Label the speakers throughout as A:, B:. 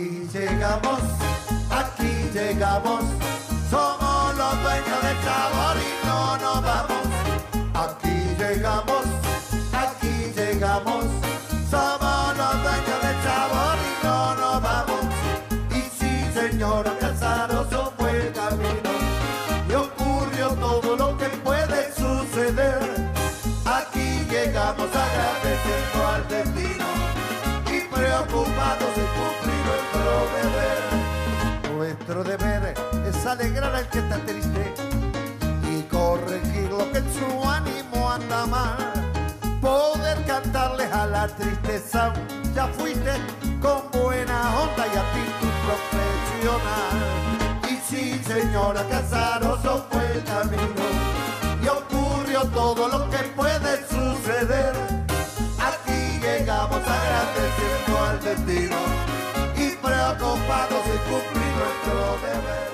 A: aquí llegamos, somos los dueños del sabor y no nos vamos. Aquí llegamos, somos los dueños del sabor y no nos vamos. Y sí, señora, Casaroso fue el camino y ocurrió todo lo que puede suceder. Aquí llegamos agradeciendo al destino y preocupados de cumplir nuestro deber. Nuestro deber es alegrar al que está triste y corregir lo que en su ánimo anda mal. Poder cantarles a la tristeza, ya fuiste con buena onda y actitud profesional. Y sí, señora, Casaroso fue el camino y ocurrió todo lo que puede suceder. Aquí llegamos agradeciendo al destino y preocupados de cumplir nuestro deber.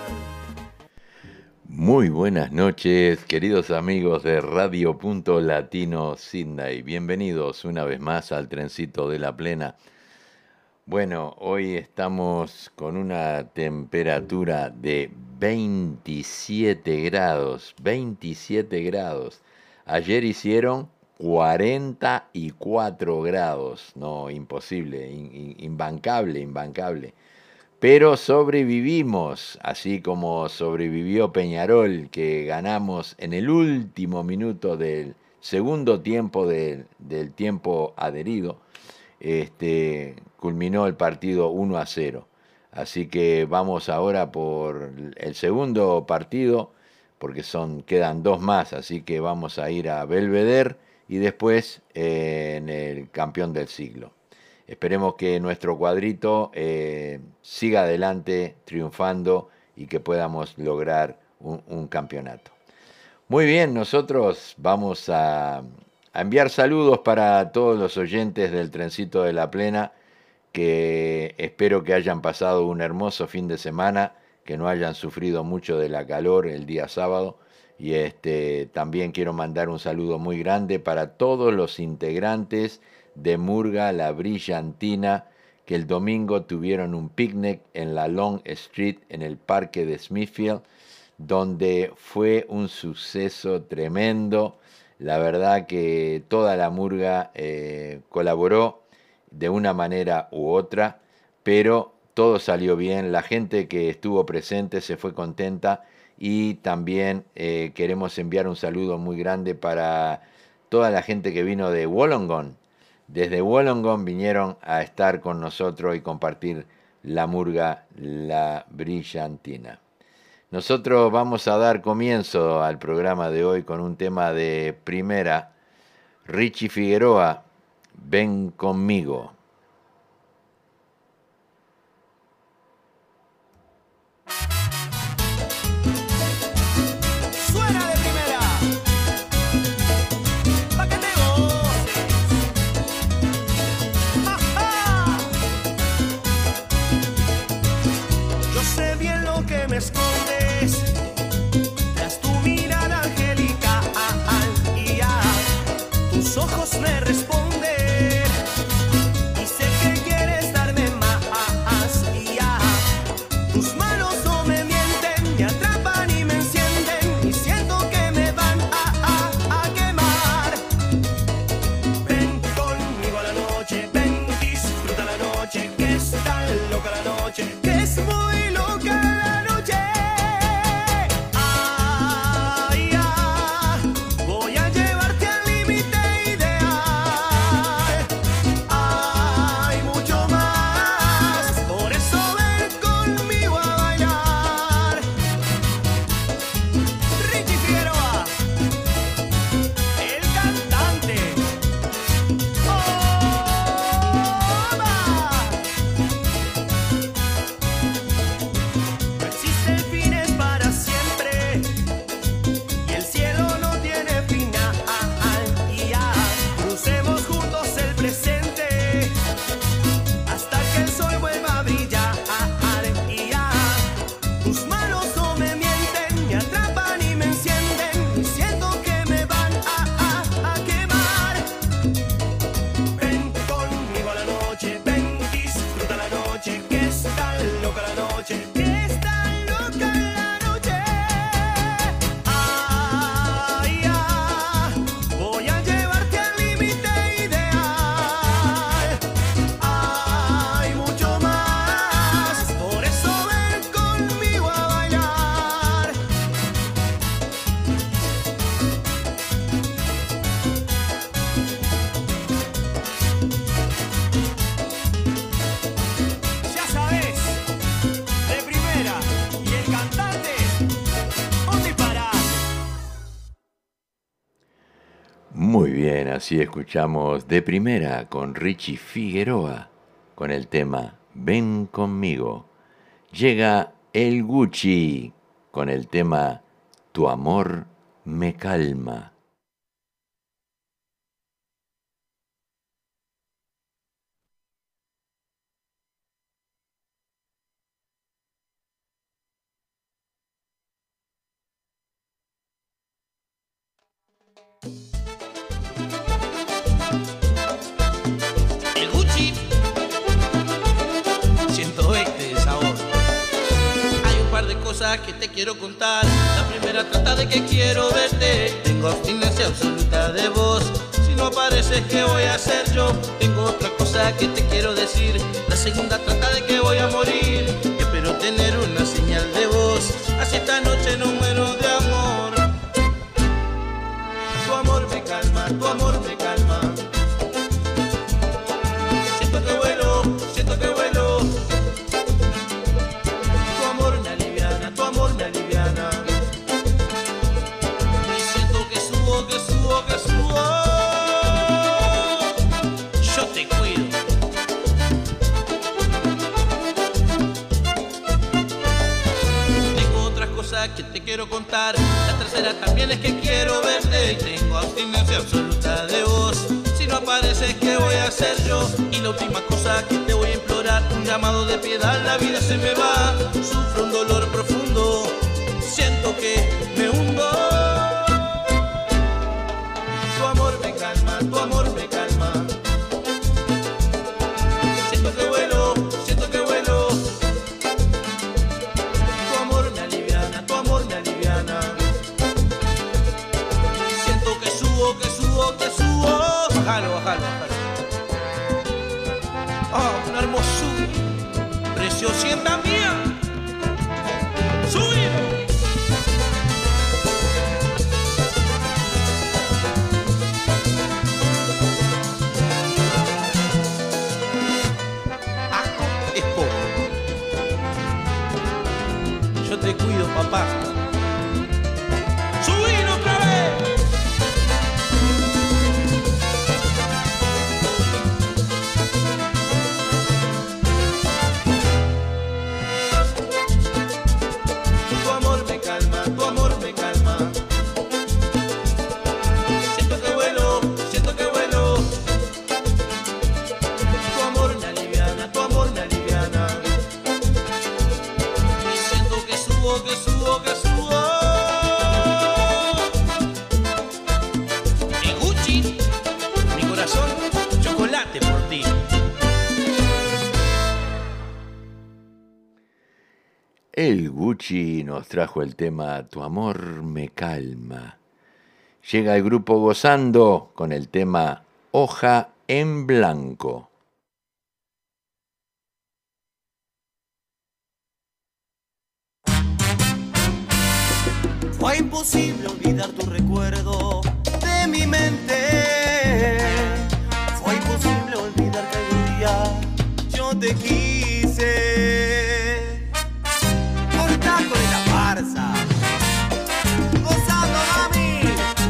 B: Muy buenas noches, queridos amigos de Radio Punto Latino Sydney. Bienvenidos una vez más al Trencito de la Plena. Bueno, hoy estamos con una temperatura de 27 grados. 27 grados. Ayer hicieron 44 grados. No, imposible, imbancable. Pero sobrevivimos, así como sobrevivió Peñarol, que ganamos en el último minuto del segundo tiempo del tiempo adherido. Culminó el partido 1-0. Así que vamos ahora por el segundo partido, porque quedan dos más, así que vamos a ir a Belvedere y después en el campeón del siglo. Esperemos que nuestro cuadrito siga adelante triunfando y que podamos lograr un campeonato. Muy bien, nosotros vamos a enviar saludos para todos los oyentes del Trencito de la Plena, que espero que hayan pasado un hermoso fin de semana, que no hayan sufrido mucho de la calor el día sábado. Y también quiero mandar un saludo muy grande para todos los integrantes de Murga La Brillantina, que el domingo tuvieron un picnic en la Long Street, en el parque de Smithfield, donde fue un suceso tremendo. La verdad que toda la murga colaboró de una manera u otra, pero todo salió bien. La gente que estuvo presente se fue contenta y también queremos enviar un saludo muy grande para toda la gente que vino de Wollongong. Desde Wollongong vinieron a estar con nosotros y compartir la murga La Brillantina. Nosotros vamos a dar comienzo al programa de hoy con un tema de primera. Richie Figueroa, Ven conmigo.
C: Escondes tras tu mirada angelical y tus ojos me responden y sé que quieres darme más y tus manos no me mienten, me atrapan y me encienden y siento que me van a quemar. Ven conmigo a la noche, ven, disfruta la noche, que es tan loca la noche, que es muy loca la noche. Voy a llevarte al límite ideal.
B: Así escuchamos De Primera con Richie Figueroa con el tema Ven conmigo. Llega el Gucci con el tema Tu amor me calma.
C: El Gucci 120 de sabor. Hay un par de cosas que te quiero contar. La primera trata de que quiero verte. Tengo abstinencia absoluta de vos. Si no apareces, ¿qué voy a hacer yo? Tengo otra cosa que te quiero decir. La segunda trata de que voy a morir. Espero tener una señal de voz. Así esta noche no muero de amor. Tu amor me calma, tu amor me calma. Siento que vuelo, siento que vuelo. Tu amor me aliviana, tu amor me aliviana. Y siento que subo, que subo, que subo. Yo te cuido. Tengo otras cosas que te quiero contar. La tercera también es que quiero verte. Y tengo abstinencia absoluta de vos. Si no apareces, ¿qué voy a hacer yo? Y la última cosa que te voy a implorar, un llamado de piedad, la vida se me va. Sufro un dolor profundo, siento que me hundo. Tu amor me calma, tu amor me calma. Siento que vuelo, siento que vuelo. Tu amor me aliviana, tu amor me aliviana. Siento que subo, que subo, que subo. Bájalo, bájalo, bájalo. Oh, una hermosura. Preciosienda mía. Subir. Ajo es poco. Yo te cuido, papá. Subir otra vez. Tu amor me calma, tu amor me calma. Siento que vuelo, siento que vuelo. Tu amor me aliviana, tu amor me aliviana. Y siento que subo, que subo, que subo. En Gucci, mi corazón, chocolate por ti.
B: El Gucci nos trajo el tema Tu amor me calma. Llega el grupo Gozando con el tema Hoja en Blanco.
C: Fue imposible olvidar tu recuerdo de mi mente. Fue imposible olvidar que algún día yo te quise. Corta con la farsa, gozando mami.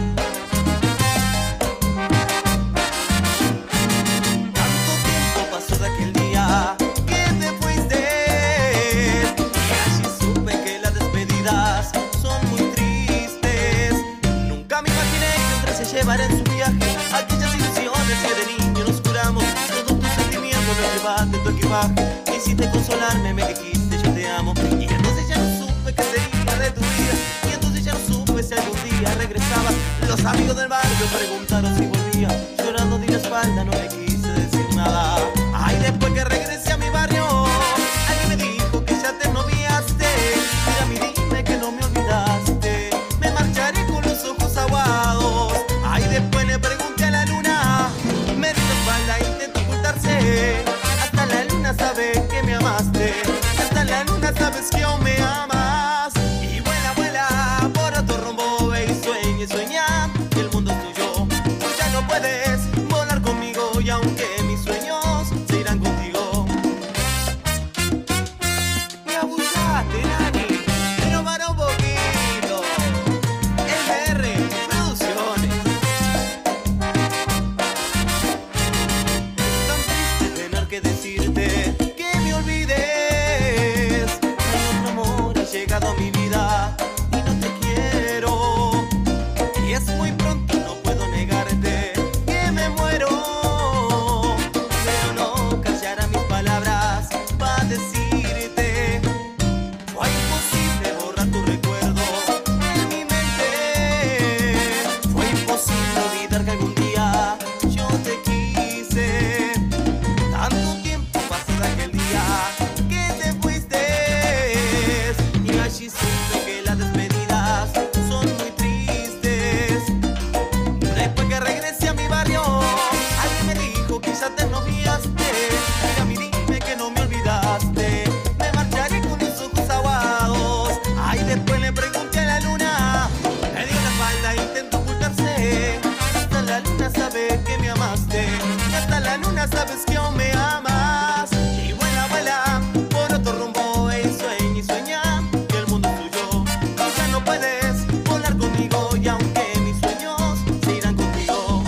C: Tanto tiempo pasó de aquel día que te fuiste. Y así supe que las despedidas son muy tristes. Nunca me imaginé que otra se llevara en su viaje aquellas ilusiones que de niño nos curamos. Todos tus sentimientos los llevaste en tu equipaje. Quisiste consolarme, me dijiste yo te amo. Y entonces ya no supe qué sería de tu vida. Y entonces ya no supe si algún día regresabas. Los amigos del barrio preguntaron si volvía. Llorando di la espalda, no le quise decir nada. Ay, después que regresé a mi barrio, alguien me dijo que ya te noviaste. Mira, mi dime que no me olvidaste. Me marcharé con los ojos aguados. Ay, después le pregunté a la luna. Me dio la espalda, intentó ocultarse. Hasta la luna sabe que me amaste. Hasta la luna sabes que aún me amas. Y vuela, vuela por otro rumbo, ve y sueña, sueña que el mundo es tuyo. Tú ya no puedes volar conmigo. que me amaste. Hasta la luna sabes que aún me amas. Y vuela, vuela por otro rumbo y sueña que el mundo es tuyo. Tú ya no puedes volar conmigo y aunque mis sueños se irán contigo.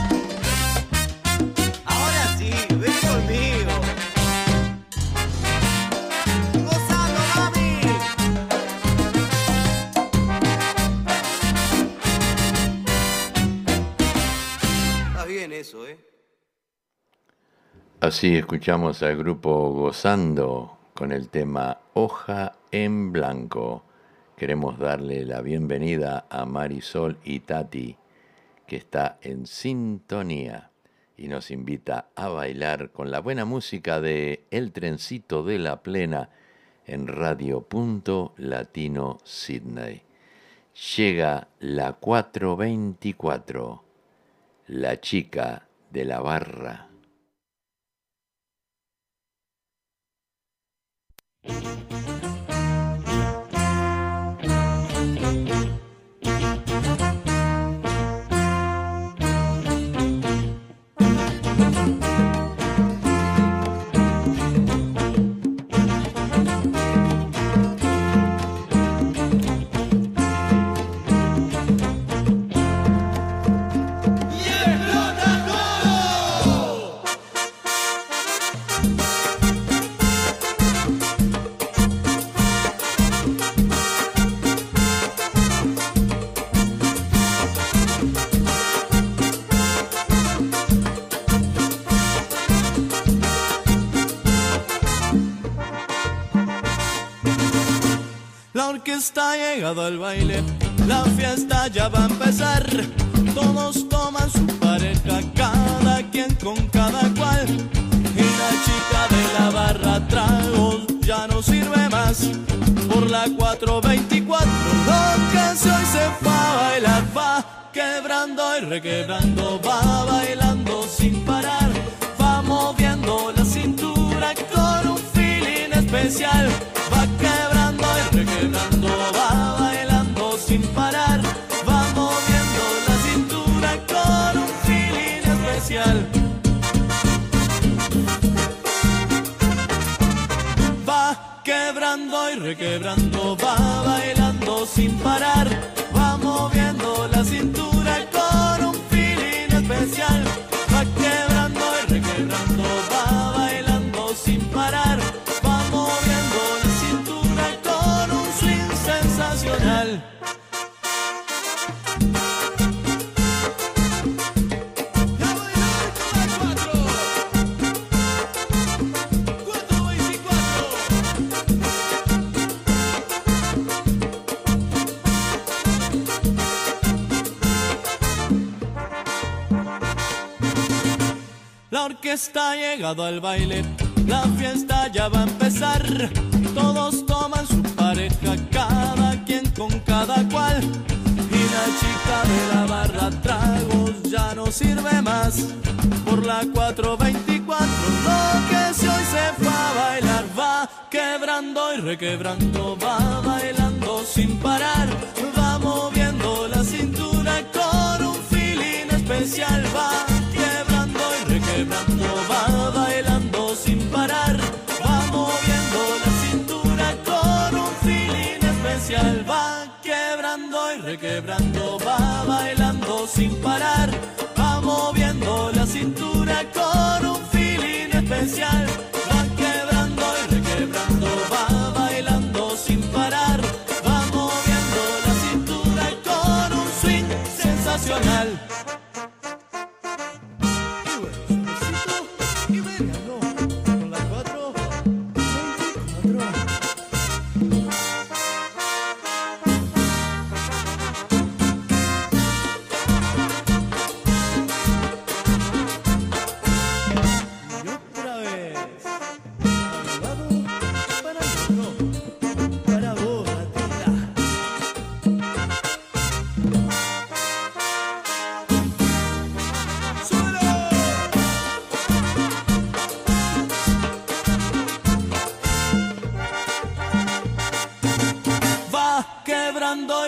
C: Ahora sí, ven conmigo. Gozando, mami. Está bien eso,
B: Así escuchamos al grupo Gozando con el tema Hoja en Blanco. Queremos darle la bienvenida a Marisol y Tati, que está en sintonía y nos invita a bailar con la buena música de El Trencito de la Plena en Radio Punto Latino Sydney. Llega la 424, la chica de la barra.
C: Está llegado al baile, la fiesta ya va a empezar. Todos toman su pareja, cada quien con cada cual. Y la chica de la barra tragos ya no sirve más. Por la 424 lo que si hoy se fue a bailar va quebrando y requebrando, va bailando sin parar, va moviendo la cintura con un feeling especial. Va quebrando y requebrando, va bailando sin parar, va moviendo la cintura con un feeling especial. Va quebrando y requebrando, va bailando sin parar, va moviendo la cintura con un feeling especial. Va quebrando y requebrando, va bailando sin parar, va moviendo la cintura con un swing sensacional. La orquesta ha llegado al baile, la fiesta ya va a empezar. Todos toman su pareja, cada quien con cada cual. Y la chica de la barra tragos ya no sirve más. Por la 424 lo que si hoy se fue a bailar va quebrando y requebrando, va bailando sin parar, va moviendo la cintura con un feeling especial. Va quebrando y requebrando, va bailando sin parar, va moviendo la cintura con un feeling especial. Va quebrando y requebrando, va bailando sin parar, va moviendo la cintura con un feeling especial. Va quebrando y requebrando, va bailando sin parar, va moviendo la cintura con un swing sensacional.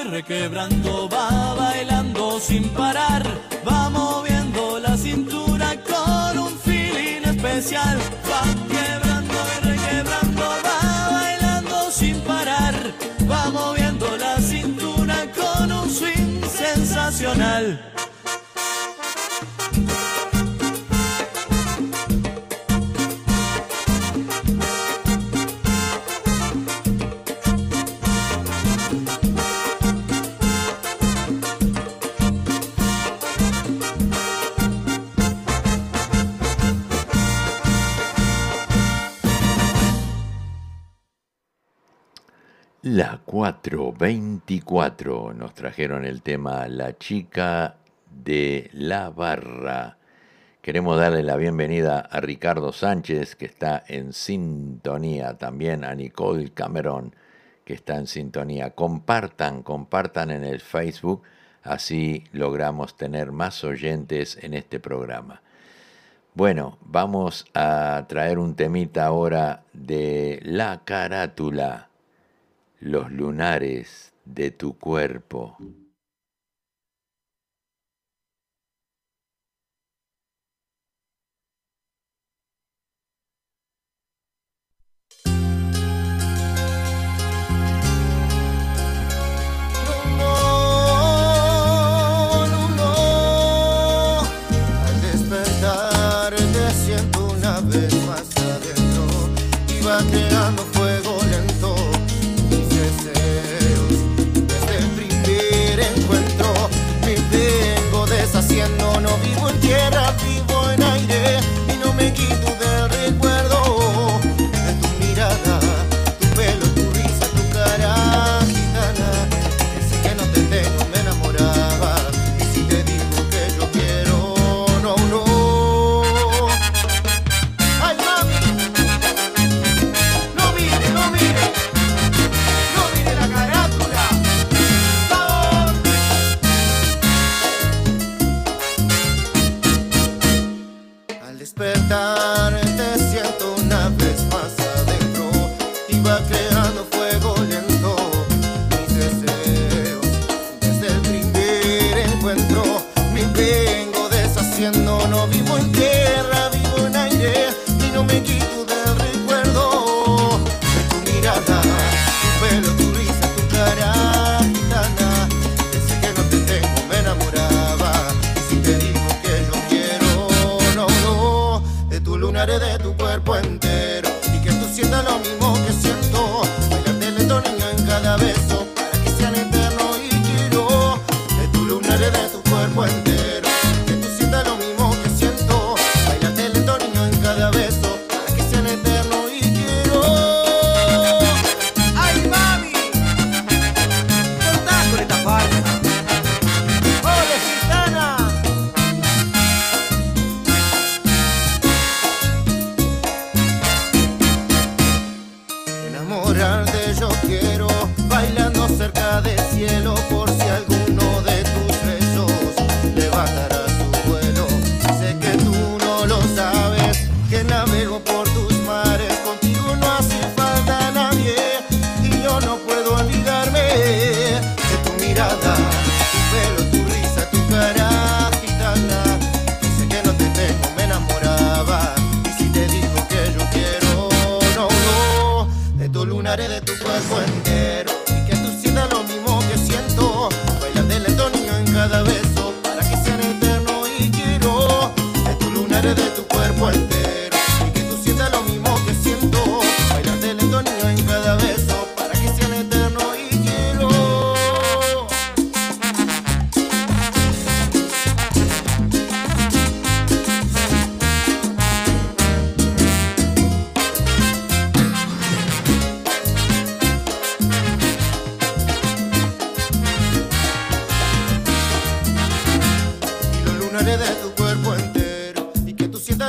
C: Requebrando, va bailando sin parar, va moviendo la cintura especial. Va quebrando y requebrando, va bailando sin parar, va moviendo la cintura con un swing sensacional.
B: La 424 nos trajeron el tema La chica de la barra. Queremos darle la bienvenida a Ricardo Sánchez, que está en sintonía, también a Nicole Cameron, que está en sintonía. Compartan en el Facebook, así logramos tener más oyentes en este programa. Bueno, vamos a traer un temita ahora de La Carátula. Los lunares de tu cuerpo.
A: Al despertar te siento una vez más adentro y va creando fuego lento. Desde el primer encuentro me vengo deshaciendo. No vivo en tierra, vivo en aire y no me quito del recuerdo de tu mirada, tu pelo, tu risa, tu cara gitana. Desde que no te tengo me enamoraba. Y si te digo que yo quiero, no, no. Ay, mami, no mire, no mire. La carátula, favor. Al despertar te siento una vez más adentro y va creando fuego lento mis deseos. Desde el primer encuentro me vengo deshaciendo. No vivo en tierra, vivo en aire y no me quito del recuerdo de tu mirada, tu pelo, tu risa, tu cara gitana. Desde que no te tengo me enamoraba. Y si te digo que yo quiero, no, no, de tu lunar y de tu cuerpo entero. Y que tú sientas lo mismo que siento. Bailarte lento, niño, en cada beso para que sean eternos. Y quiero de tu lunar y de tu cuerpo entero. Que tú sientas lo mismo que siento. Bailarte lento, niño, en cada beso para que sean eternos. Y quiero. ¡Ay, mami! ¡Cortá con esta falda! ¡Ole, gitana! Enamorarte yo quiero, bailando cerca del cielo, por si alguno de tus besos levantará su vuelo. Sé que tú no lo sabes, que navego por tus mares, contigo no hace falta nadie, y yo no puedo olvidarme de tu mirada, tu pelo, tu risa, tu cara gitana. Sé que no te tengo, me enamoraba. Y si te digo que yo quiero, no, no, de tu lunar y de tu cuerpo entero. Y que tú sientas lo mismo que siento. Bailarte lento, niño, en cada beso para que sean eternos. Y quiero de tu lunar y de tu cuerpo entero. Y que tú sientas lo mismo que siento. Bailarte lento, niño, en cada beso para que sean eternos. Y quiero. Y los lunares de tu cuerpo entero. Y que tú sientas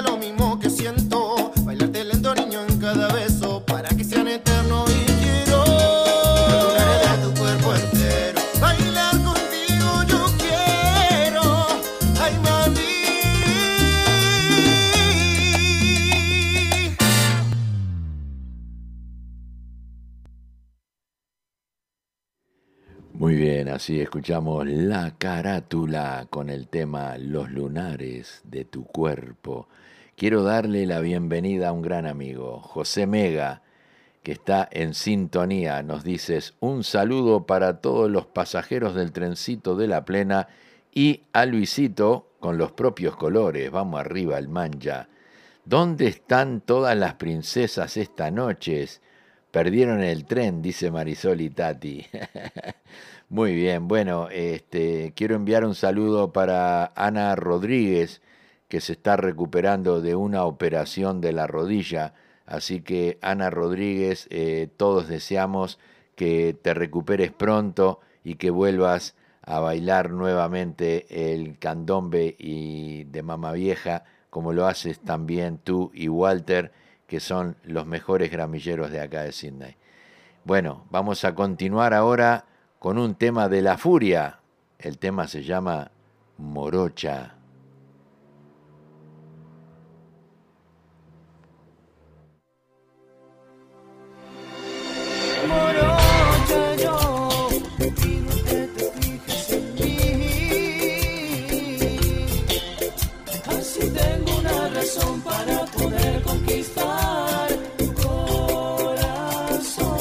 B: bien, así escuchamos La Carátula con el tema Los lunares de tu cuerpo. Quiero darle la bienvenida a un gran amigo, José Mega, que está en sintonía. Nos dices un saludo para todos los pasajeros del trencito de la plena y a Luisito con los propios colores. Vamos arriba, el manja. ¿Dónde están todas las princesas esta noche? Perdieron el tren, dice Marisol y Tati. Muy bien, bueno, quiero enviar un saludo para Ana Rodríguez, que se está recuperando de una operación de la rodilla. Así que, Ana Rodríguez, todos deseamos que te recuperes pronto y que vuelvas a bailar nuevamente el candombe y de Mamá Vieja, como lo haces también tú y Walter, que son los mejores gramilleros de acá de Sydney. Bueno, vamos a continuar ahora con un tema de La Furia. El tema se llama Morocha.
C: Morocha, yo pido que te fijes en mí, así tengo una razón para poder conquistar tu corazón.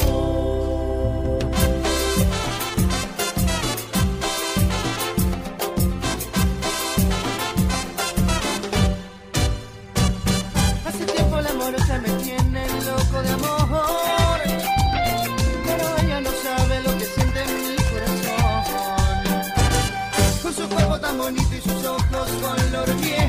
C: Hace tiempo la morocha me tiene loco de amor. Bonito y sus ojos color miel,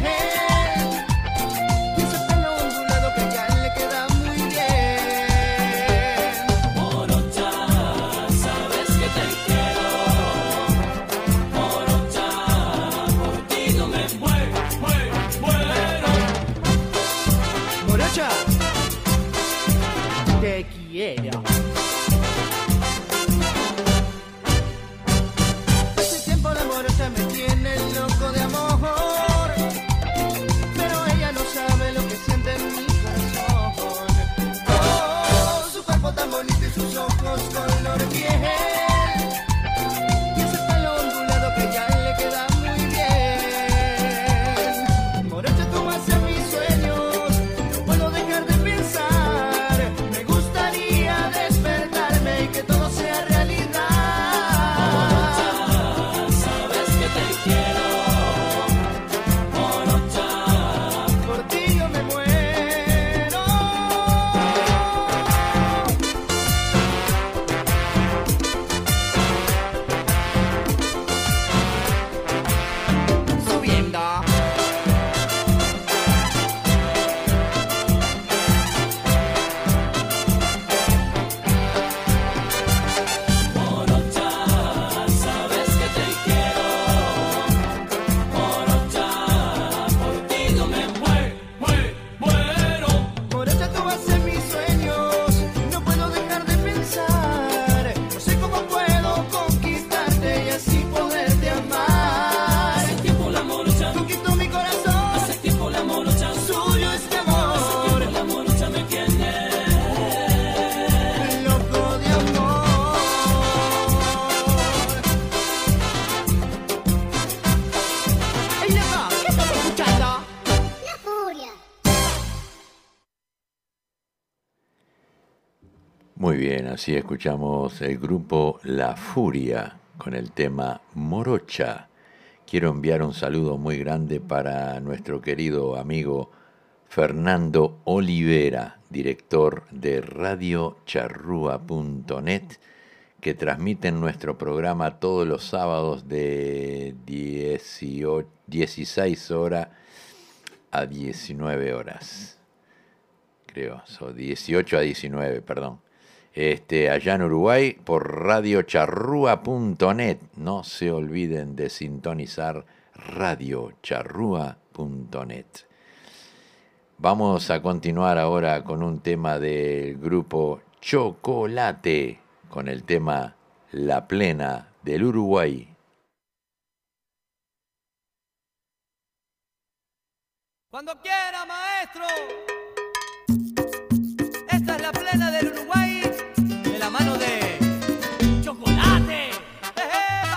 C: y ese pelo ondulado que ya le queda muy bien. Morocha, sabes que te quiero. Morocha, por ti no me muero. Morocha, te quiero. Sus ojos color miel, y ese pelo ondulado que ya le queda muy bien. Morocha, tú haces mis sueños, no puedo dejar de pensar. Me gustaría despertarme y que todo sea realidad. Morocha, sabes que te quiero. Morocha, por ti yo me muero.
B: Muy bien, así escuchamos el grupo La Furia con el tema Morocha. Quiero enviar un saludo muy grande para nuestro querido amigo Fernando Olivera, director de radiocharrúa.net, que transmiten nuestro programa todos los sábados de 16 horas a 19 horas. Creo, son 18 a 19, perdón. Allá en Uruguay por radiocharrúa.net. No se olviden de sintonizar radiocharrúa.net. Vamos a continuar ahora con un tema del grupo Chocolate, con el tema La Plena del Uruguay.
C: Cuando quiera, maestro. Esta es la plena del Uruguay, de la mano de Chocolate. ¡Jeje!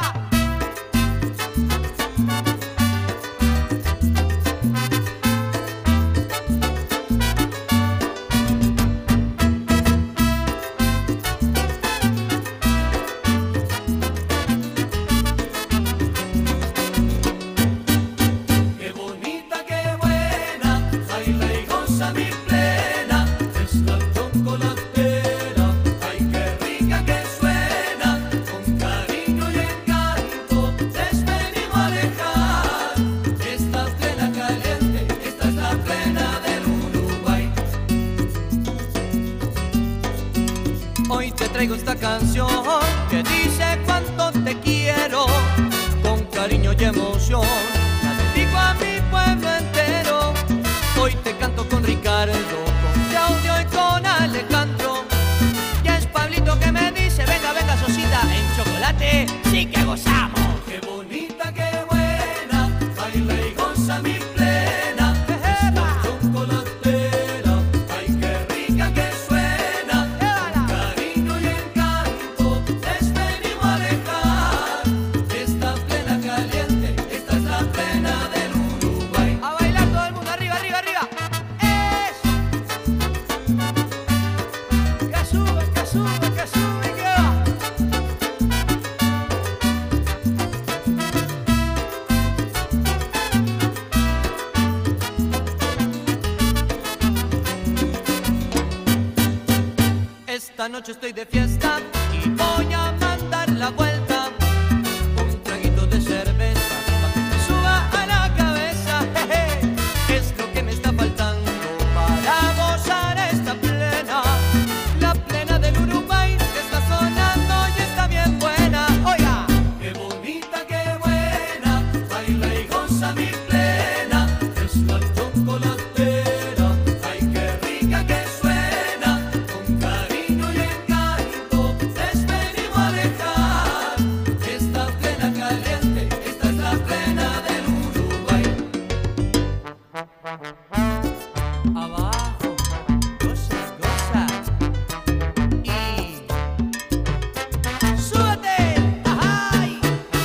C: traigo esta canción que dice cuánto te quiero, con cariño y emoción. La dedico a mi pueblo entero. Hoy te canto con Ricardo, con Claudio y con Alejandro. Ya es Pablito que me dice, venga, venga, Sosita, en chocolate sí que gozamos.
A: Qué bonita, qué buena, baila y goza mi plena.
C: Esta noche estoy de fiesta y voy a mandar la vuelta con un traguito de cerveza para que me suba a la cabeza. Jeje. Es lo que me está faltando para gozar esta plena, la plena del Uruguay que está sonando y está bien buena. Oiga,
A: qué bonita, qué buena, baila y goza mi plena. Es la chocolatera, ay qué rica que suena, con cariño y encanto les venimos a dejar. Esta plena caliente, esta es la plena del Uruguay.
C: abajo, goza, goza y súbete. ¡Ay!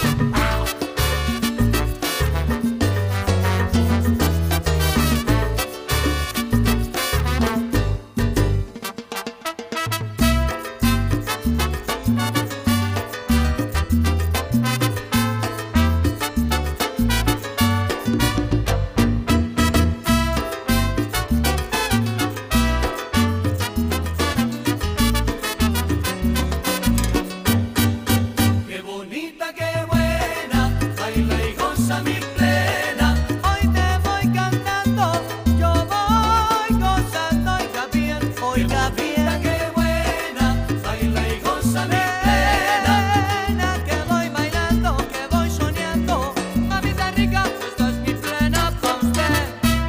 A: Qué bonita, qué buena, baila y goza mi plena.
C: Hoy te voy cantando, yo voy gozando, oiga bien, oiga bien.
A: Qué buena, baila y goza mi plena.
C: Plena, que voy bailando, que voy soñando. Mamita rica, esta es mi plena pa' usted.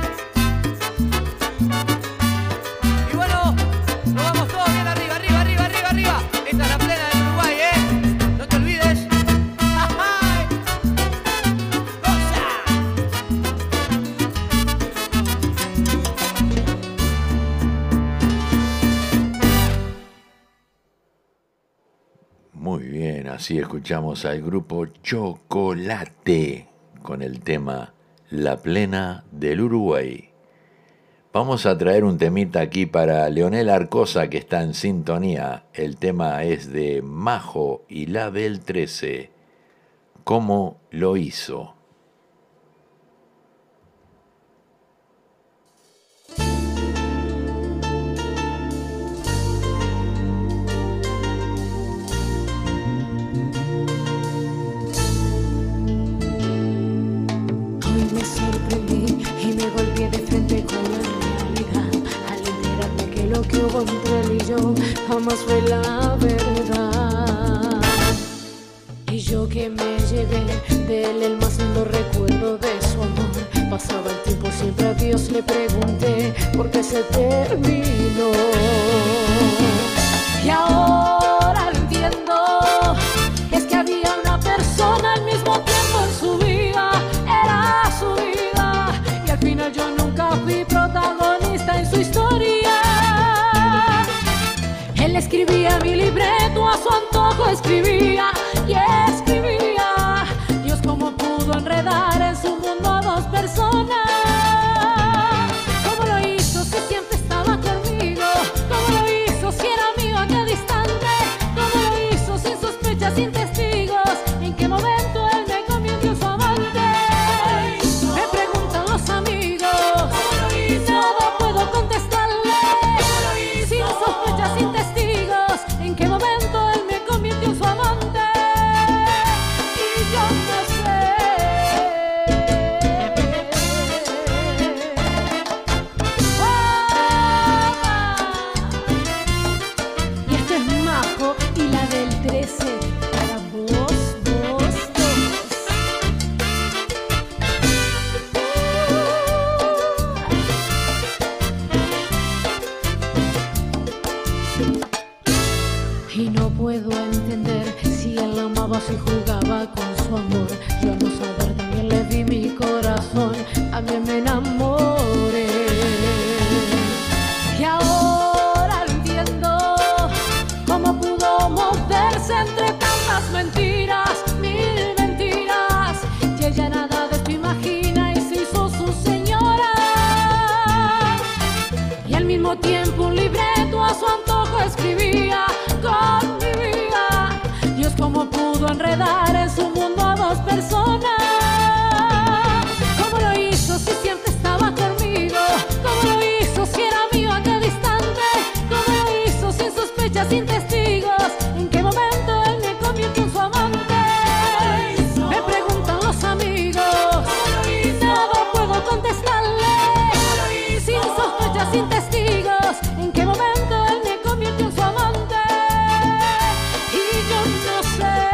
C: Y bueno, nos vamos todos bien arriba, arriba, arriba, arriba, arriba. Esta es la plena del Uruguay, no te olvides. ¡Ay! ¡Goza!
B: Muy bien, así escuchamos al grupo Chocolate con el tema La Plena del Uruguay. Vamos a traer un temita aquí para Leonel Arcosa, que está en sintonía. El tema es de Majo y la del 13. ¿Cómo lo hizo?
D: Hoy me sorprendí y me golpeé de frente con la realidad al enterarme que lo que hubo entre él y yo jamás fue la verdad. Y yo que me llevé de él el más lindo recuerdo de su amor. Pasaba el tiempo, siempre a Dios le pregunté por qué se terminó. Y ahora lo entiendo, es que había una persona al mismo tiempo en su vida, era su vida, y al final yo nunca fui protagonista en su historia. Él escribía mi libreto, a su antojo escribía y escribía. Dios, cómo pudo enredar en su mundo a dos personas. ¿Cómo lo hizo si siempre estaba conmigo? ¿Cómo lo hizo si era mío a qué distante? ¿Cómo lo hizo sin sospechas, sin testigos? ¿En qué momento él me convirtió en su amante? Me preguntan los amigos, nada puedo contestarle. Sin sospechas, sin testigos, ¿en qué momento él me convirtió en su amante? mismo tiempo un libreto a su antojo escribía con mi vida. Dios cómo pudo enredar en su mundo a dos personas. ¿Cómo lo hizo si siempre estaba conmigo? ¿Cómo lo hizo si era mío a cada instante? ¿Cómo lo hizo sin sospechas, sin testigos? ¿En qué momento él me convirtió en su amante? Me preguntan los amigos, nada puedo contestarle. Sin sospechas, sin testigos, ¿en qué momento él me convirtió en su amante? Y yo no sé.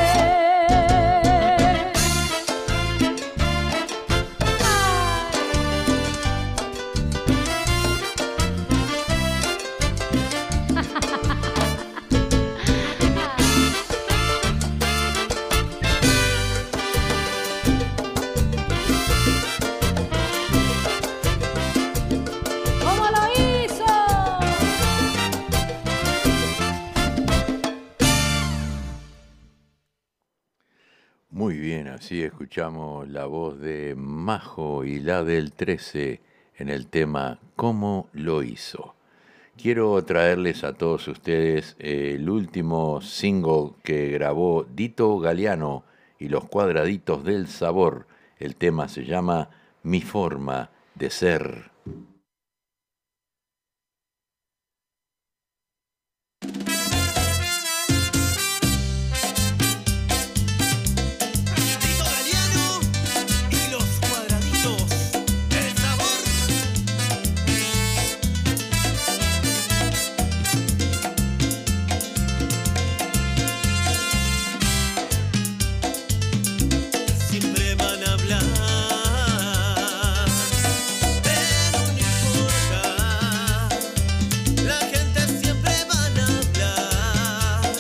D: ¿Cómo lo hizo?
B: Muy bien, así escuchamos la voz de Majo y la del 13 en el tema ¿Cómo lo hizo? Quiero traerles a todos ustedes el último single que grabó Dito Galeano y los Cuadraditos del Sabor. El tema se llama Mi Forma de Ser.
C: Dito Galeano y los Cuadraditos del Sabor. Siempre van a hablar, pero no importa. La gente siempre van a hablar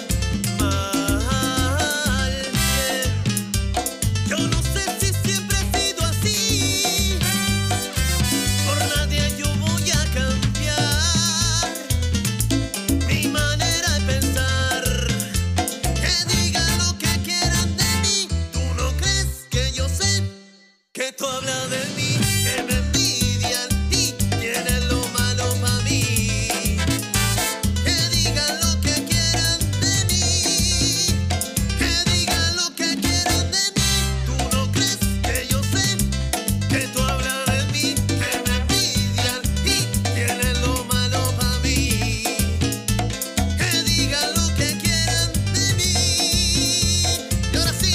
C: mal, bien. Yo no sé si siempre he sido así. Por nadie yo voy a cambiar mi manera de pensar. Que digan lo que quieran de mí. ¿Tú no crees que yo sé que tú hablas de mí? Que me envidian y quieren lo malo para mí. Que digan lo que quieran de mí. Que digan lo que quieran de mí. ¿Tú no crees que yo sé que tú hablas de mí? Que me envidian y quieren lo malo para mí. Que digan lo que quieran de mí. Y ahora sí.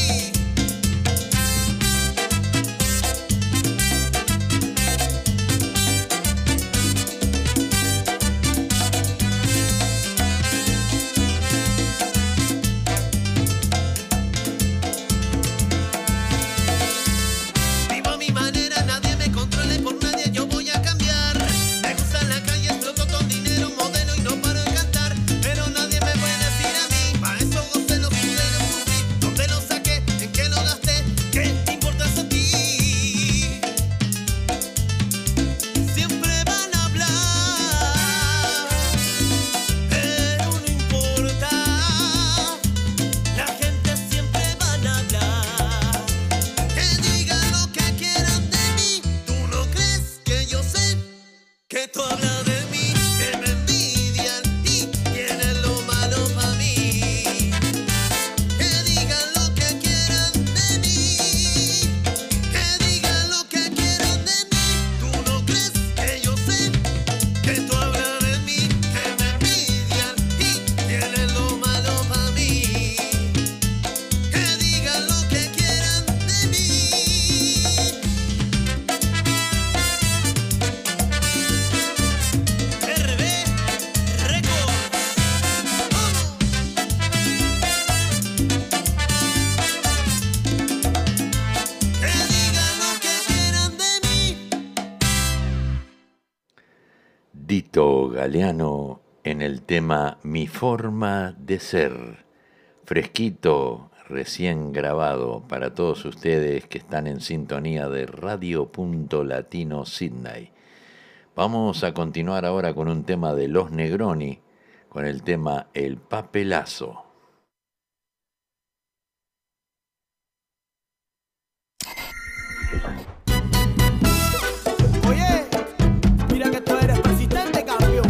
C: Vivo a mi manera, nadie me controle, por nadie yo voy a cambiar. Me gusta en la calle, exploto con dinero, modelo y no paro de cantar. Pero nadie me puede decir a mí, pa' eso gocé, lo sudé, lo sufrí. ¿Dónde lo saqué? ¿En qué lo gasté? ¿Qué te importa eso a ti? Siempre van a hablar, pero no importa. La gente siempre van a hablar. Que digan lo que quieran de mí. ¿Tú no crees que yo sé que tú hablas de mí? Que me envidian y quieren lo malo para mí. Que digan lo que quieran de mí. Que digan lo que quieran de mí. ¿Tú no crees que yo sé que tú hablas de mí? Que me envidian y quieren lo malo para mí. Que digan lo que quieran de mí. RB Records. ¡Vamos! Que digan lo que quieran de mí.
B: Dito Galeano en el tema Mi Forma de Ser. Fresquito, recién grabado para todos ustedes que están en sintonía de Radio Punto Latino Sydney. Vamos a continuar ahora con un tema de Los Negroni, con el tema El Papelazo.
C: Oye, mira que tú eres persistente, cambio.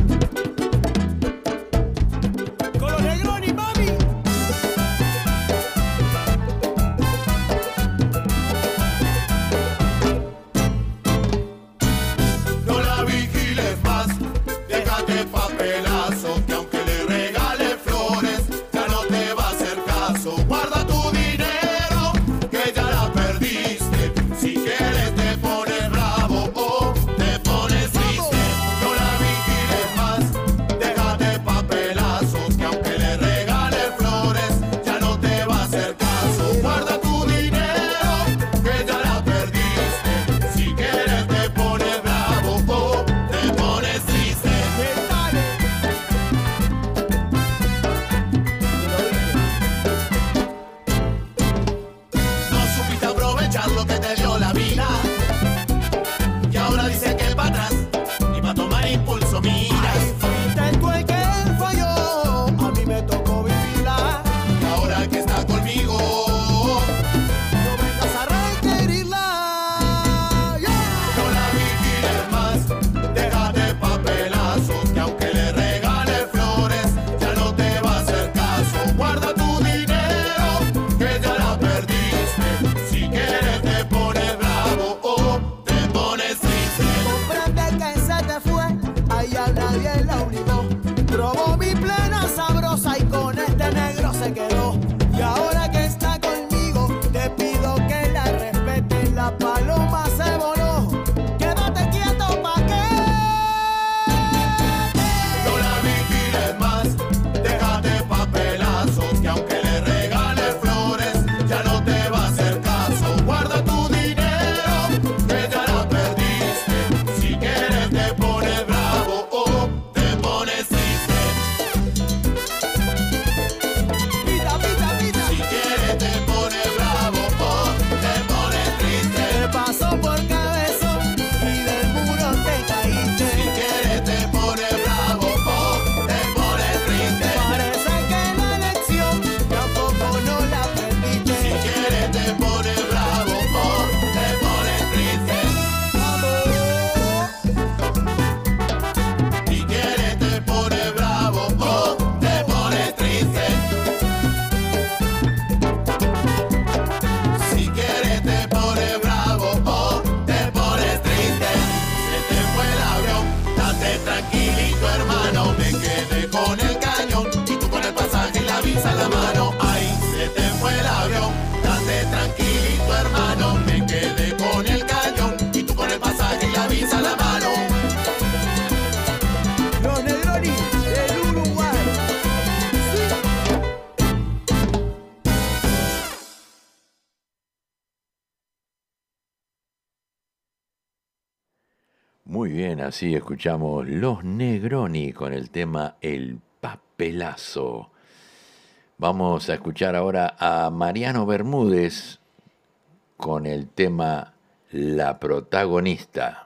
B: Muy bien, así escuchamos Los Negroni con el tema El Papelazo. Vamos a escuchar ahora a Mariano Bermúdez con el tema La Protagonista.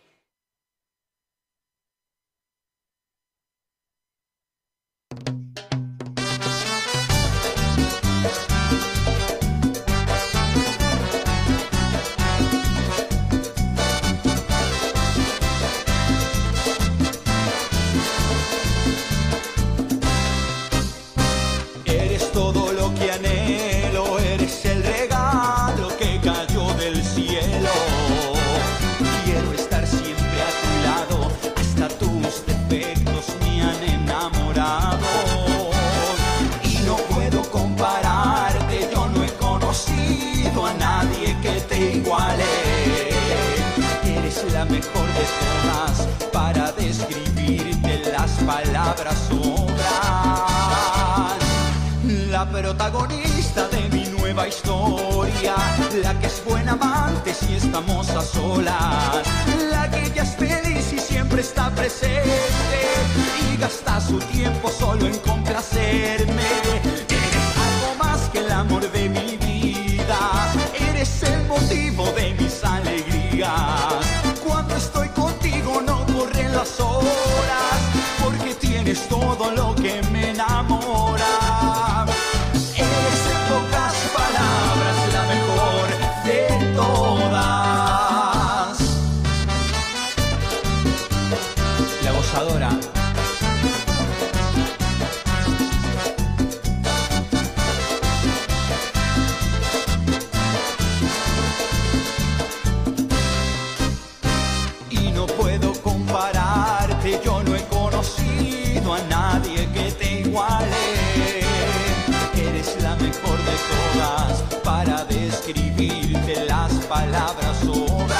C: Eres todo lo que anhelo, eres el regalo que cayó del cielo. Quiero estar siempre a tu lado, hasta tus defectos me han enamorado. Y no puedo compararte, yo no he conocido a nadie que te iguale. Eres la mejor de todas, para describirte las palabras sobran. La protagonista de mi nueva historia, la que es buena amante si estamos a solas, la que ya es feliz y siempre está presente y gasta su tiempo solo en complacerme. Eres algo más que el amor de mi vida, eres el motivo de mis alegrías. Cuando estoy contigo no corren las horas, porque tienes todo lo que me enamora. Eres en pocas palabras la mejor de todas. La gozadora. Y no puedo compararte, yo no he conocido a nadie que te iguale. Eres la mejor de todas, para describirte las palabras sobran.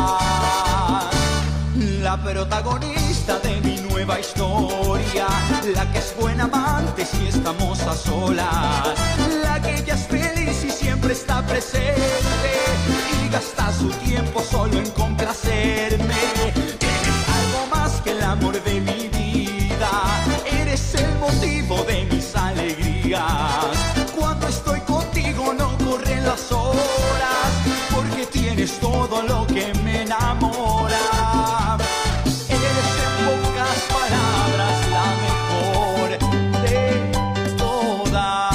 C: La protagonista de mi nueva historia, la que es buena amante si estamos a solas, la que ya es feliz y siempre está presente y gasta su tiempo solo en complacerme. Eres algo más que el amor de mi vida, eres el motivo de mis alegrías. Cuando estoy contigo no corren las horas, porque tienes todo lo que me enamora. Eres en pocas palabras la mejor de todas.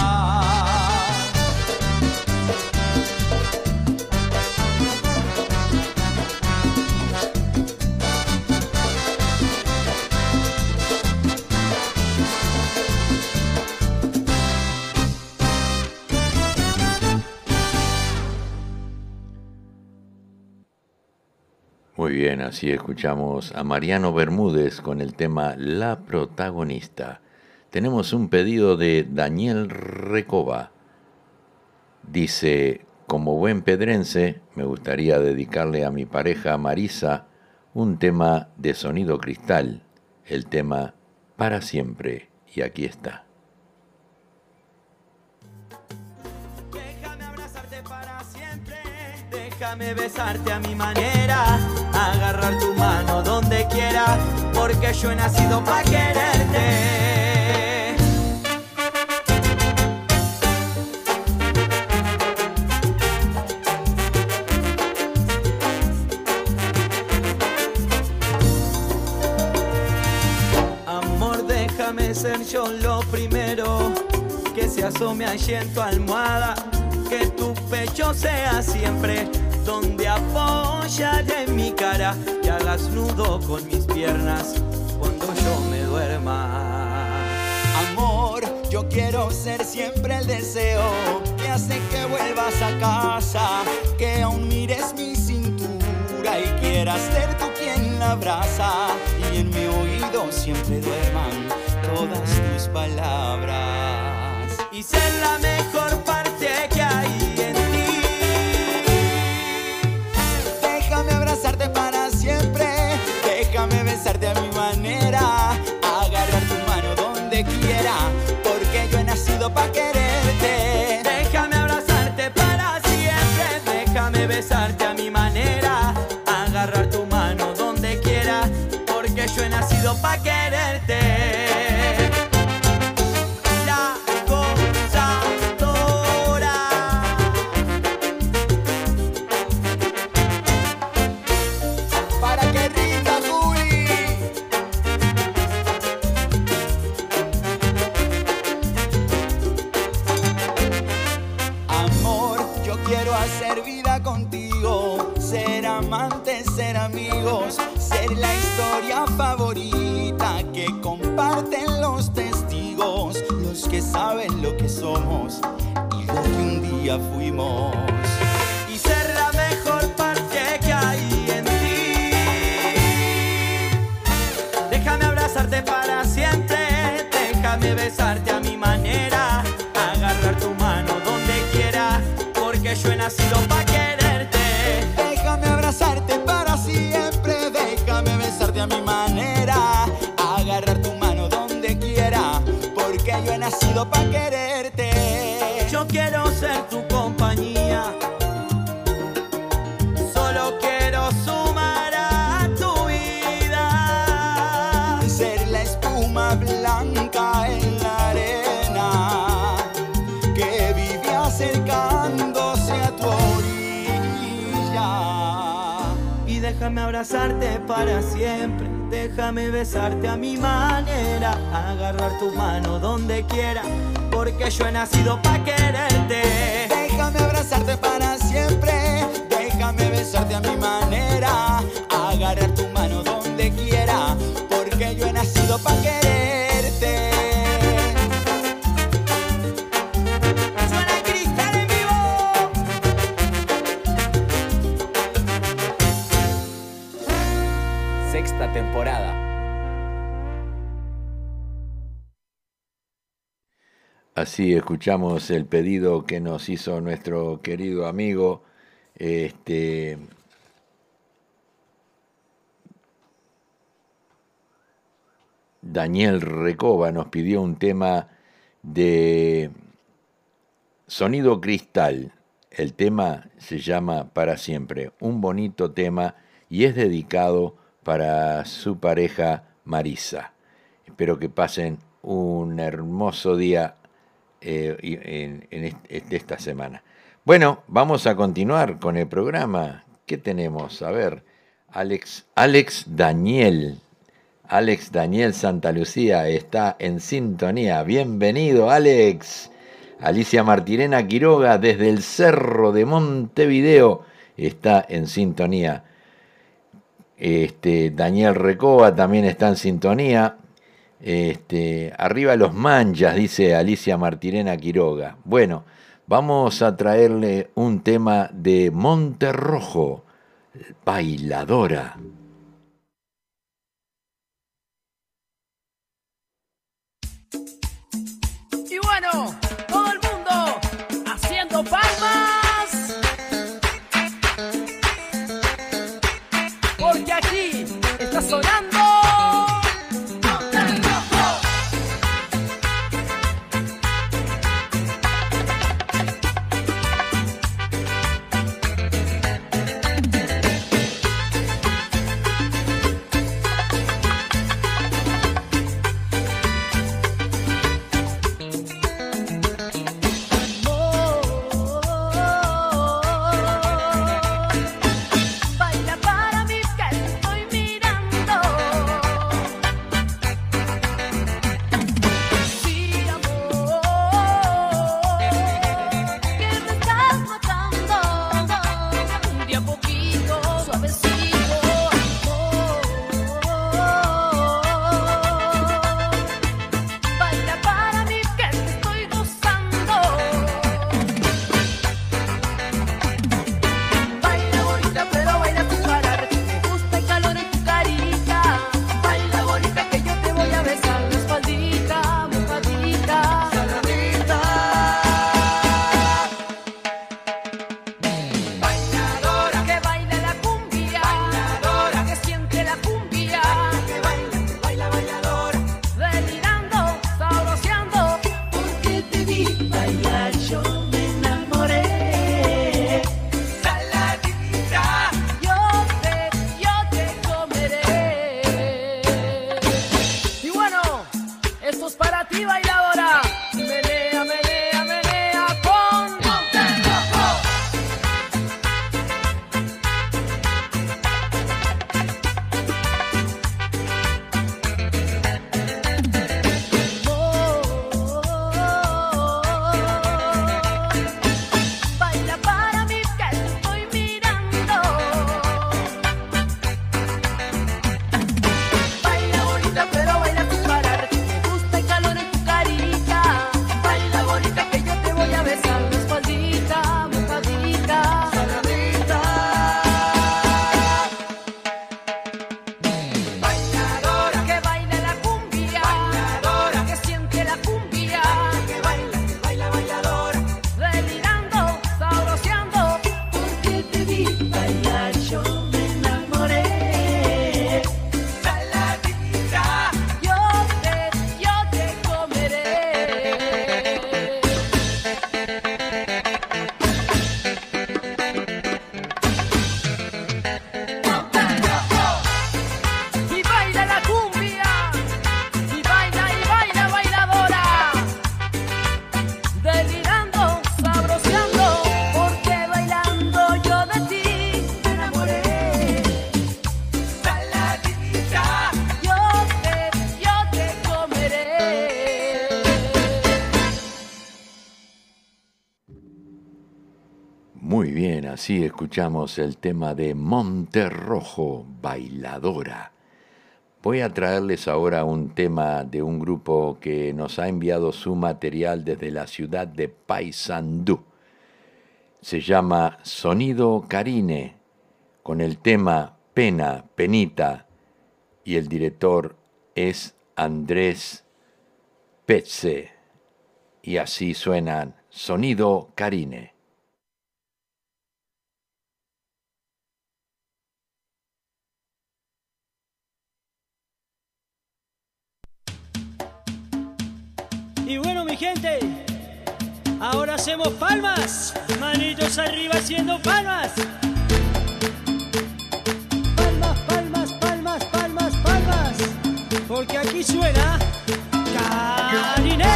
B: Muy bien, así escuchamos a Mariano Bermúdez con el tema La Protagonista. Tenemos un pedido de Daniel Recoba. Dice, como buen pedrense, me gustaría dedicarle a mi pareja Marisa un tema de Sonido Cristal, el tema Para Siempre. Y aquí está.
C: Déjame abrazarte para siempre, déjame besarte a mi manera, agarrar tu mano donde quiera, porque yo he nacido para quererte. Amor, déjame ser yo lo primero, que se asome allí en tu almohada, que tu pecho sea siempre donde apoyaré mi cara, y hagas nudo con mis piernas cuando yo me duerma. Amor, yo quiero ser siempre el deseo que hace que vuelvas a casa, que aún mires mi cintura y quieras ser tú quien la abraza, y en mi oído siempre duerman todas tus palabras, y ser la mejor parte que hay en ti. Déjame abrazarte para siempre, déjame besarte a mi manera, agarrar tu mano donde quiera, porque yo he nacido para quererte. Déjame abrazarte para siempre, déjame besarte a mi manera, agarrar tu mano donde quiera, yo he nacido pa' quererte. La gozadora.
E: Para que rinda Juli. Amor, yo quiero hacer vida contigo, ser amantes, ser amigos, ser la historia favorita que comparten los testigos, los que saben lo que somos y lo que un día fuimos.
C: Y ser la mejor parte que hay en ti. Déjame abrazarte para siempre, déjame besarte a mi manera, agarrar tu mano donde quiera, porque yo he nacido pa' quererte.
E: Déjame abrazarte para siempre, déjame besarte a mi manera, agarrar tu mano donde quiera, porque yo he nacido para quererte.
C: Yo quiero ser tu compañía, solo quiero sumar a tu vida,
E: Ser la espuma blanca en la arena que vive acercándose a tu orilla.
C: y déjame abrazarte para siempre, déjame besarte a mi manera, agarrar tu mano donde quiera, porque yo he nacido pa' quererte.
E: Déjame abrazarte para siempre, déjame besarte a mi manera, agarrar tu mano donde quiera, porque yo he nacido para quererte.
C: Suena Cristal en vivo.
F: Sexta temporada.
B: Así escuchamos el pedido que nos hizo nuestro querido amigo Daniel Recoba. Nos pidió un tema de Sonido Cristal. El tema se llama Para Siempre, un bonito tema y es dedicado para su pareja Marisa. Espero que pasen un hermoso día en esta semana. Bueno, vamos a continuar con el programa. ¿Qué tenemos? A ver, Alex Daniel Santa Lucía está en sintonía. Bienvenido, Alex. Alicia Martirena Quiroga desde el Cerro de Montevideo está en sintonía. Daniel Recoba también está en sintonía. Arriba los manchas, dice Alicia Martirena Quiroga. Bueno, vamos a traerle un tema de Monterrojo, Bailadora.
G: Y bueno, todo el mundo haciendo palmas, porque aquí está sonando Monterrojo. bonita, pero baila sin parar. Me gusta el calor en tu carita. Baila bonita que yo te voy a besar. Tu espaldita, mojadita, saladita. Bailadora, que baila la cumbia. Bailadora, que siente la cumbia. Que baila bailadora. Delirando, sabroseando. Porque te vi bailar, yo me enamoré. Saladita, yo te comeré. Y baila la cumbia, y baila bailadora, delirando, sabroseando, porque bailando yo de ti me enamoré. Saladita, yo te comeré.
B: Muy bien, así escuchamos el tema de Monterrojo, Bailadora. Voy a traerles ahora un tema de un grupo que nos ha enviado su material desde la ciudad de Paysandú. Se llama Sonido Carine, con el tema Pena, Penita, y el director es Andrés Pezze. Y así suenan Sonido Carine.
F: Y bueno, mi gente, ahora hacemos palmas. Manitos arriba haciendo palmas. Palmas, palmas, palmas, palmas, palmas. Porque aquí suena Carine.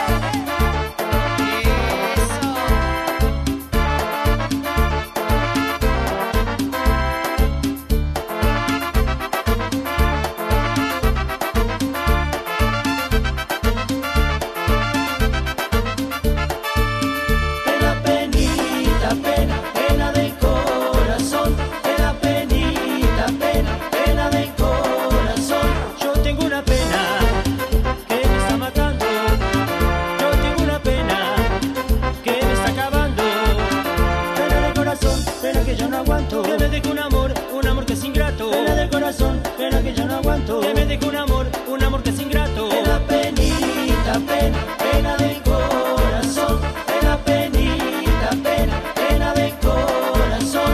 E: Pena, penita, pena, pena del corazón. Pena, penita, pena, pena del corazón.
F: Yo tengo una pena que me está matando. Yo tengo una pena que me está acabando.
E: Pena del corazón, pena que yo no aguanto.
F: Que me deje un amor que es ingrato.
E: Pena del corazón, pena que yo no aguanto.
F: Que me deje un amor que es ingrato.
E: Pena, penita, pena, pena del corazón. Pena, penita, pena, pena del corazón.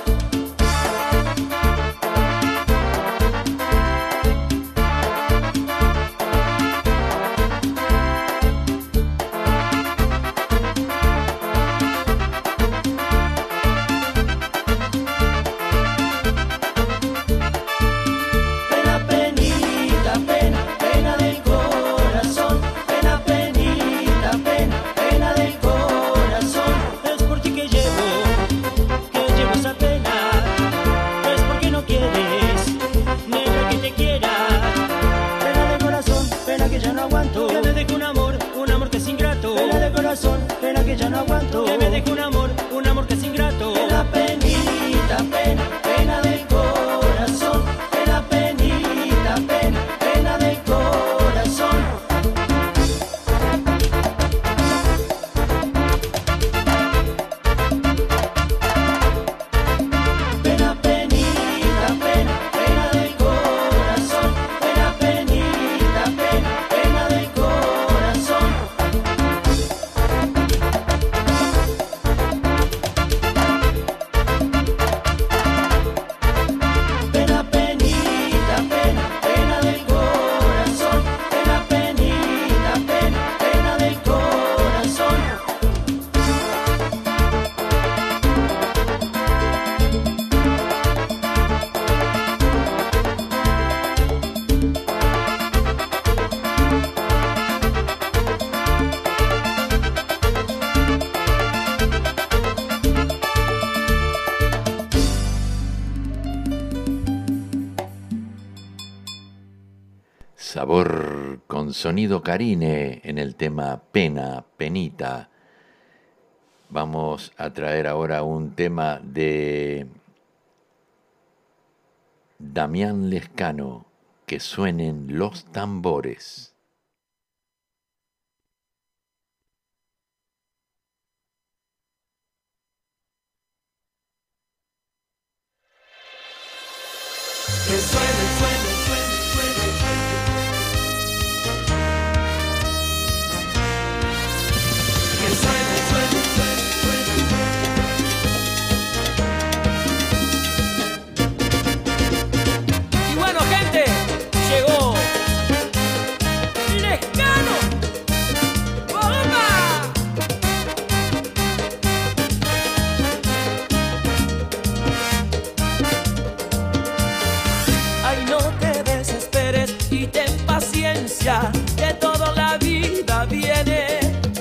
E: Pena, penita, pena, pena del corazón. Pena, penita, pena, pena del corazón.
F: Es por ti que llevo esa pena. Es porque no quieres, negra que te quiera.
E: Pena del corazón, pena que yo no aguanto.
F: Que me deje un amor que es ingrato.
E: Pena del corazón, pena que yo no aguanto.
F: Que me deje un amor que es ingrato.
E: Pena, penita, pena, pena del corazón. Pena, penita, pena, pena del corazón. Pena, penita, pena, pena del corazón. Pena, penita, pena, pena del corazón. Pena, penita, pena, pena del corazón. Pena, penita, pena, pena del corazón.
B: Sabor con Sonido Carine en el tema Pena, Penita. Vamos a traer ahora un tema de Damián Lescano, que suenen los tambores.
C: Que suene, suene, suene, suene, suene. Que suene, suene, suene, suene. Y bueno, gente, llegó Lescano. ¡Bomba! Ay, no te desesperes y ten paciencia, que toda la vida viene.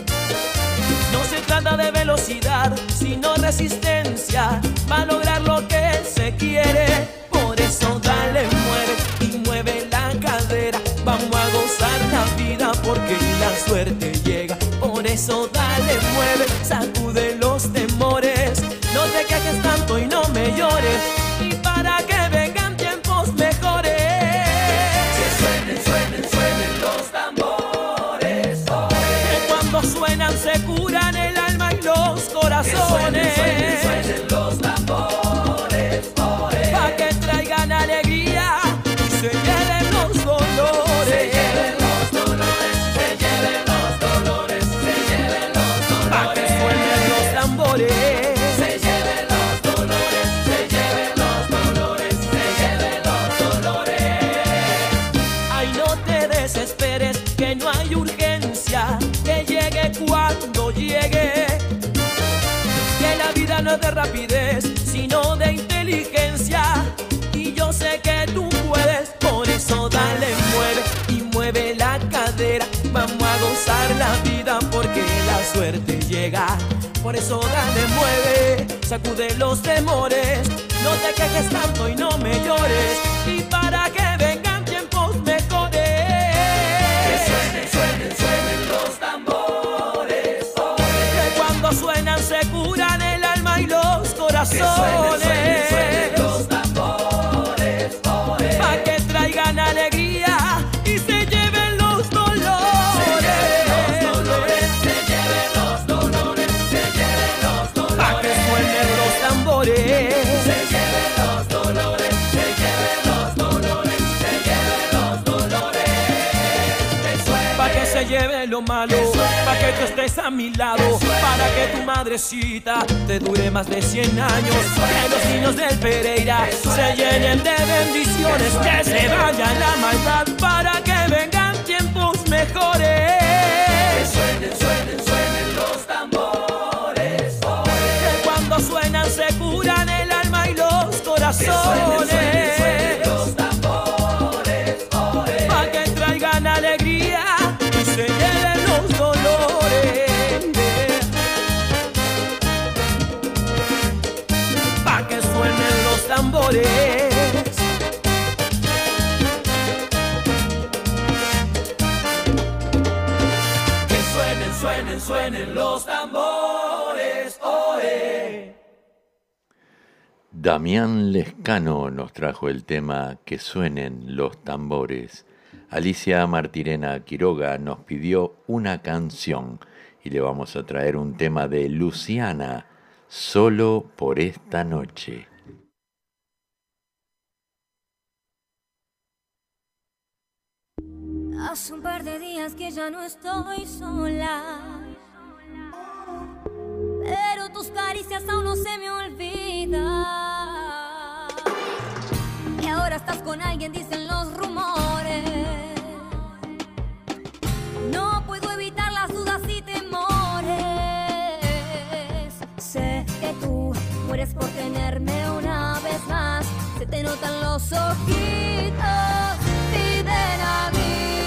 C: No se trata de velocidad, sino resistencia, para lograr lo que se quiere. Por eso dale, mueve y mueve la cadera. Vamos a gozar la vida porque la suerte llega. Por eso dale, mueve, sacude los temores. No te quejes tanto y no me llores. Y para que vengan tiempos mejores. Que suenen, suenen, suenen los tambores. Que cuando suenan se curan el alma y los corazones. Que suenen, suenen, suenen los tambores. Pa' que traigan alegría y se lleven los dolores. Se lleven los dolores, se lleven los dolores, se lleven los dolores. Pa' que suenen los tambores. Se lleven los dolores, se lleven los dolores, se lleven los dolores. Ay, no te desesperes, que no hay urgencia, que llegue cuando llegue. Que la vida no es de rapidez, sino de inteligencia. Y yo sé que tú puedes, por eso dale, mueve y mueve la cadera. Vamos a gozar la vida porque la suerte llega. Por eso dale, mueve, sacude los temores. No te quejes tanto y no me llores. Y para que vengan tiempos mejores. Que suenen, suenen, suenen los tambores. Que cuando suenan se curan el alma y los corazones. Que suenen, suenen, suenen los tambores. Pa' que traigan alegría y se lleven los dolores. Se lleven los dolores, se lleven los dolores, se lleven los dolores. Pa' que suenen los tambores. Se lleven los dolores, se lleven los dolores, se lleven los dolores. Pa' que se lleve lo malo, pa' que tú estés a mi lado, para que tu madrecita te dure más de 100 años. Que los niños del Pereira se llenen de bendiciones, que se vaya la maldad para que vengan tiempos mejores. Que suenen, suenen, suenen los tambores. Que cuando suenan se curan el alma y los corazones. Que suenen, suenen, suenen los tambores. Pa' que traigan alegría y se lleven los dolores. Pa' que suenen los tambores. Que suenen, suenen, suenen los tambores. Oe.
B: Damián Lescano nos trajo el tema Que suenen los tambores. Alicia Martirena Quiroga nos pidió una canción y le vamos a traer un tema de Luciana, Solo por esta noche.
H: Hace un par de días que ya no estoy sola, pero tus caricias aún no se me olvidan. Y ahora estás con alguien, dicen los rumores. No puedo evitar las dudas y temores. Sé que tú mueres por tenerme una vez más. Se te notan los ojitos, piden a mí.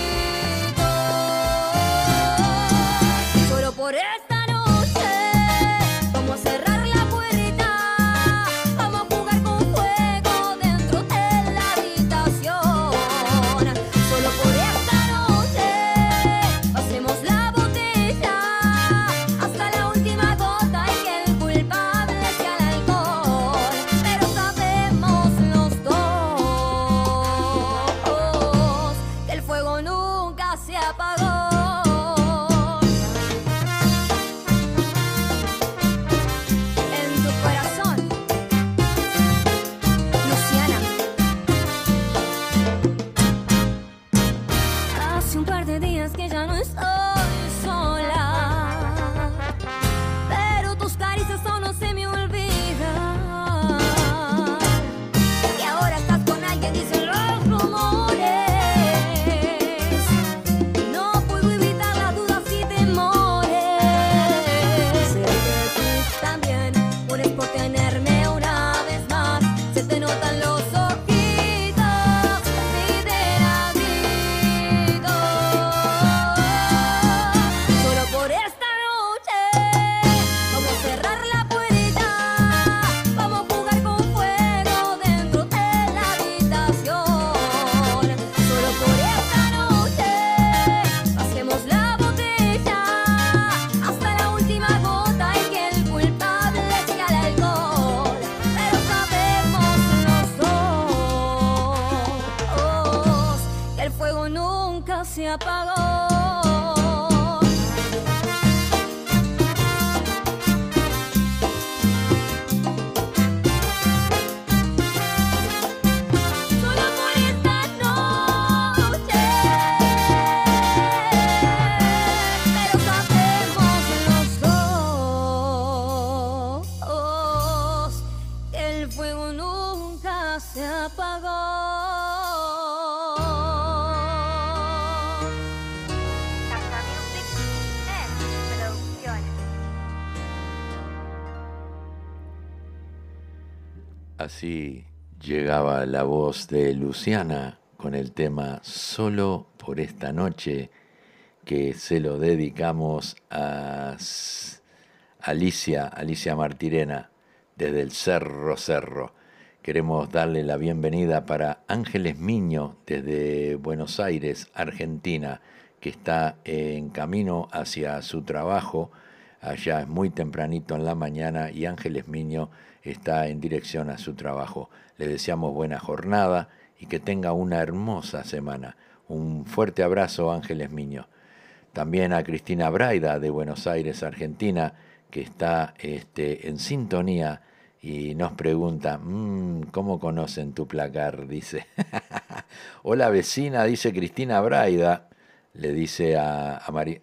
H: Solo por esta noche vamos a cerrar la puerta, vamos a jugar con fuego dentro de la habitación. Solo por esta noche pasemos la botella hasta la última gota y que el culpable sea el alcohol. Pero sabemos los dos de días que ya no estoy sola, pero tus caricias solo se me olvidan. Y ahora estás con alguien, dicen los rumores. No puedo evitar las dudas y temores. Sé que tú también mueres por tenerme una vez más. Se te notan los ojitos, mi negrito. Solo por esta noche vamos a cerrar la puerta, vamos a jugar con fuego dentro de la habitación. Solo por esta noche pasemos la botella hasta la última gota y que el culpable sea el alcohol. Pero sabemos los dos que el fuego nunca se apagó. Solo por esta noche, pero sabemos los dos que el fuego nunca se apagó.
B: Así llegaba la voz de Luciana con el tema Solo por esta noche, que se lo dedicamos a Alicia Martirena, desde el Cerro. Queremos darle la bienvenida para Ángeles Miño, desde Buenos Aires, Argentina, que está en camino hacia su trabajo. Allá es muy tempranito en la mañana y Ángeles Miño está en dirección a su trabajo. Le deseamos buena jornada y que tenga una hermosa semana. Un fuerte abrazo, Ángeles Miño. También a Cristina Braida, de Buenos Aires, Argentina, que está en sintonía y nos pregunta, ¿cómo conocen tu placar? Dice. Hola vecina, dice Cristina Braida, le dice a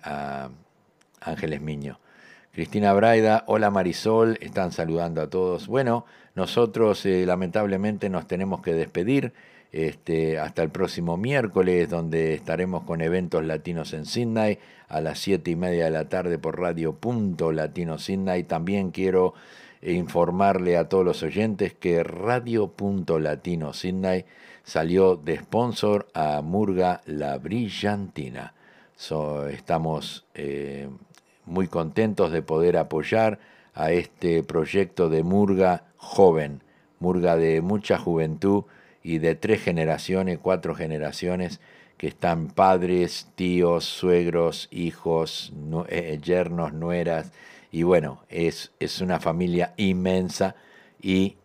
B: Ángeles Miño. Cristina Braida, hola Marisol, están saludando a todos. Bueno, nosotros lamentablemente nos tenemos que despedir hasta el próximo miércoles, donde estaremos con eventos latinos en Sydney a las 7:30 de la tarde por Radio.Latino Sydney. También quiero informarle a todos los oyentes que Radio.Latino Sydney salió de sponsor a Murga La Brillantina. Estamos muy contentos de poder apoyar a este proyecto de murga joven, murga de mucha juventud y de 4 generaciones que están padres, tíos, suegros, hijos, yernos, nueras, y bueno, es una familia inmensa y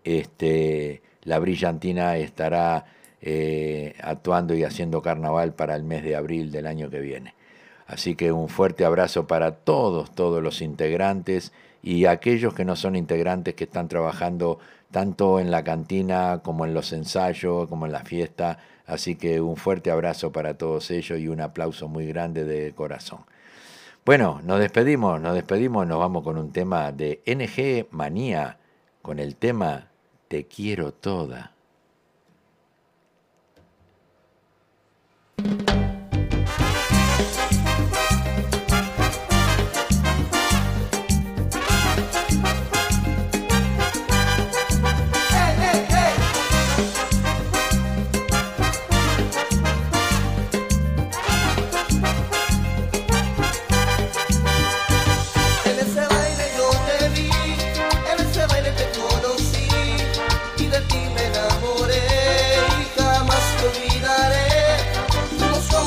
B: La Brillantina estará actuando y haciendo carnaval para el mes de abril del año que viene. Así que un fuerte abrazo para todos los integrantes y aquellos que no son integrantes que están trabajando tanto en la cantina como en los ensayos, como en la fiesta. Así que un fuerte abrazo para todos ellos y un aplauso muy grande de corazón. Bueno, nos despedimos, nos vamos con un tema de NG Manía, con el tema Te quiero toda.
A: De ti me enamoré y jamás te olvidaré. Fuimos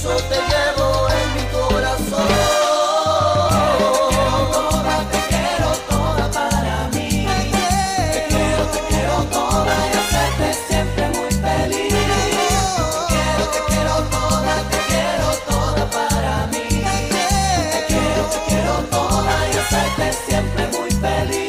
A: eso te llevo en mi corazón. Te quiero toda para mí. Te quiero toda y hacerte siempre muy feliz. Te quiero toda para mí. Te quiero toda y hacerte siempre muy feliz.